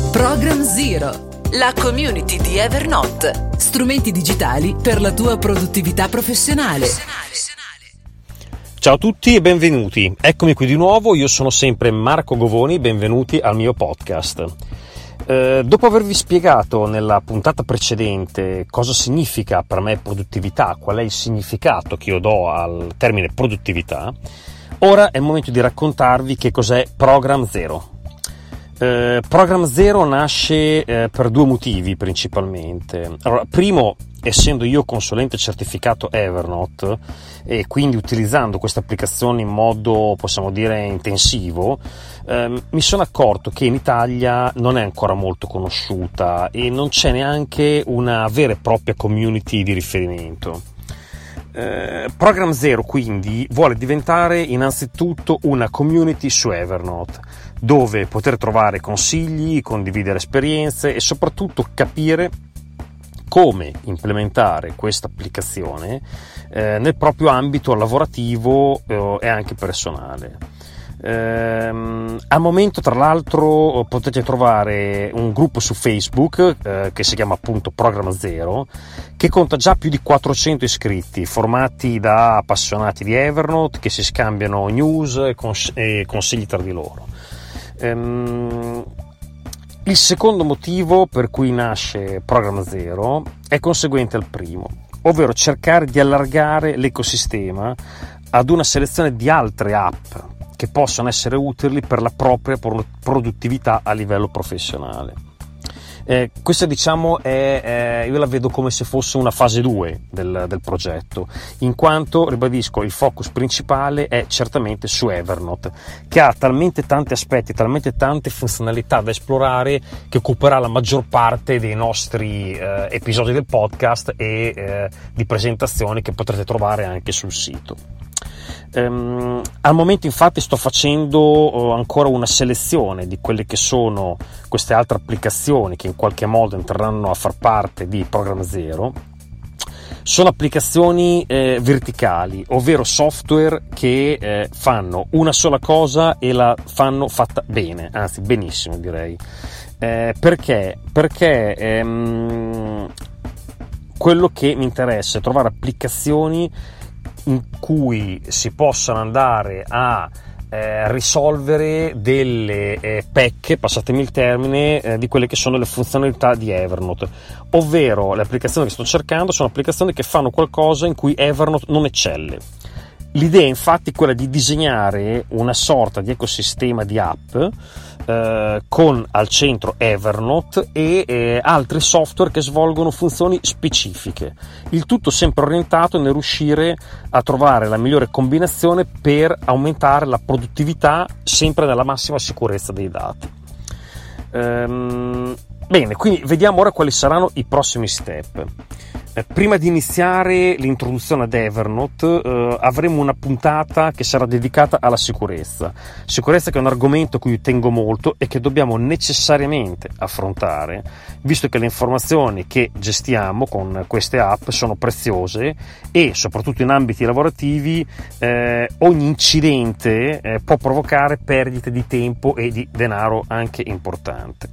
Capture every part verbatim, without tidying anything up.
Program Zero, la community di Evernote. Strumenti digitali per la tua produttività professionale. Ciao a tutti e benvenuti. Eccomi qui di nuovo, io sono sempre Marco Govoni, benvenuti al mio podcast. Eh, dopo avervi spiegato nella puntata precedente cosa significa per me produttività, qual è il significato che io do al termine produttività, ora è il momento di raccontarvi che cos'è Program Zero. Eh, Program Zero nasce eh, per due motivi principalmente. Allora, primo, essendo io consulente certificato Evernote e quindi utilizzando questa applicazione in modo, possiamo dire, intensivo, eh, mi sono accorto che in Italia non è ancora molto conosciuta e non c'è neanche una vera e propria community di riferimento. Eh, Program Zero quindi vuole diventare innanzitutto una community su Evernote, dove poter trovare consigli, condividere esperienze e soprattutto capire come implementare questa applicazione eh, nel proprio ambito lavorativo eh, e anche personale. Ehm, al momento, tra l'altro, potete trovare un gruppo su Facebook eh, che si chiama appunto Program Zero, che conta già più di quattrocento iscritti formati da appassionati di Evernote che si scambiano news e, cons- e consigli tra di loro. Ehm, il secondo motivo per cui nasce Program Zero è conseguente al primo, ovvero cercare di allargare l'ecosistema ad una selezione di altre app che possono essere utili per la propria produttività a livello professionale. Eh, questa, diciamo, è, eh, io la vedo come se fosse una fase due del, del progetto, in quanto, ribadisco, il focus principale è certamente su Evernote, che ha talmente tanti aspetti, talmente tante funzionalità da esplorare, che occuperà la maggior parte dei nostri eh, episodi del podcast e eh, di presentazioni che potrete trovare anche sul sito. Um, al momento infatti sto facendo uh, ancora una selezione di quelle che sono queste altre applicazioni che in qualche modo entreranno a far parte di Program Zero. Sono applicazioni eh, verticali, ovvero software che eh, fanno una sola cosa e la fanno fatta bene, anzi benissimo direi. Eh, perché? Perché ehm, quello che mi interessa è trovare applicazioni in cui si possano andare a eh, risolvere delle eh, pecche, passatemi il termine, eh, di quelle che sono le funzionalità di Evernote, ovvero le applicazioni che sto cercando sono applicazioni che fanno qualcosa in cui Evernote non eccelle. L'idea infatti è quella di disegnare una sorta di ecosistema di app eh, con al centro Evernote e eh, altri software che svolgono funzioni specifiche, il tutto sempre orientato nel riuscire a trovare la migliore combinazione per aumentare la produttività sempre nella massima sicurezza dei dati. Ehm, bene, quindi vediamo ora quali saranno i prossimi step. Prima di iniziare l'introduzione ad Evernote eh, avremo una puntata che sarà dedicata alla sicurezza. Sicurezza che è un argomento a cui tengo molto e che dobbiamo necessariamente affrontare, visto che le informazioni che gestiamo con queste app sono preziose e soprattutto in ambiti lavorativi eh, ogni incidente eh, può provocare perdite di tempo e di denaro anche importante.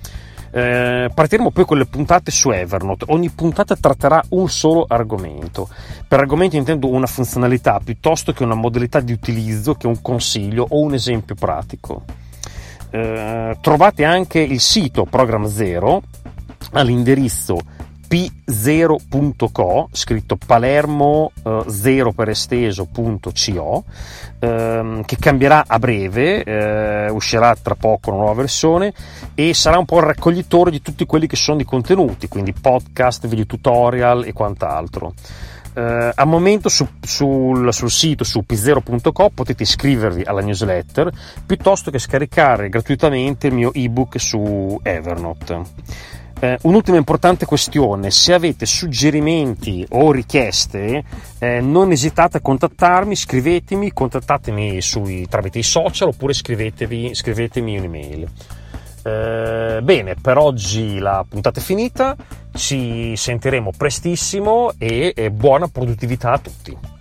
Eh, partiremo poi con le puntate su Evernote. Ogni puntata tratterà un solo argomento. Per argomento intendo una funzionalità piuttosto che una modalità di utilizzo, che un consiglio o un esempio pratico. Eh, trovate anche il sito Program Zero all'indirizzo p zero punto co, scritto Palermo eh, zero per esteso punto co, ehm, che cambierà a breve, eh, uscirà tra poco una nuova versione e sarà un po' il raccoglitore di tutti quelli che sono i contenuti, quindi podcast, video tutorial e quant'altro. Uh, al momento su, sul, sul sito su p zero punto co potete iscrivervi alla newsletter piuttosto che scaricare gratuitamente il mio ebook su Evernote. Uh, un'ultima importante questione: se avete suggerimenti o richieste eh, non esitate a contattarmi, scrivetemi, contattatemi sui, tramite i social oppure scrivetevi, scrivetemi un'email. Eh, bene, per oggi la puntata è finita, ci sentiremo prestissimo e, e buona produttività a tutti.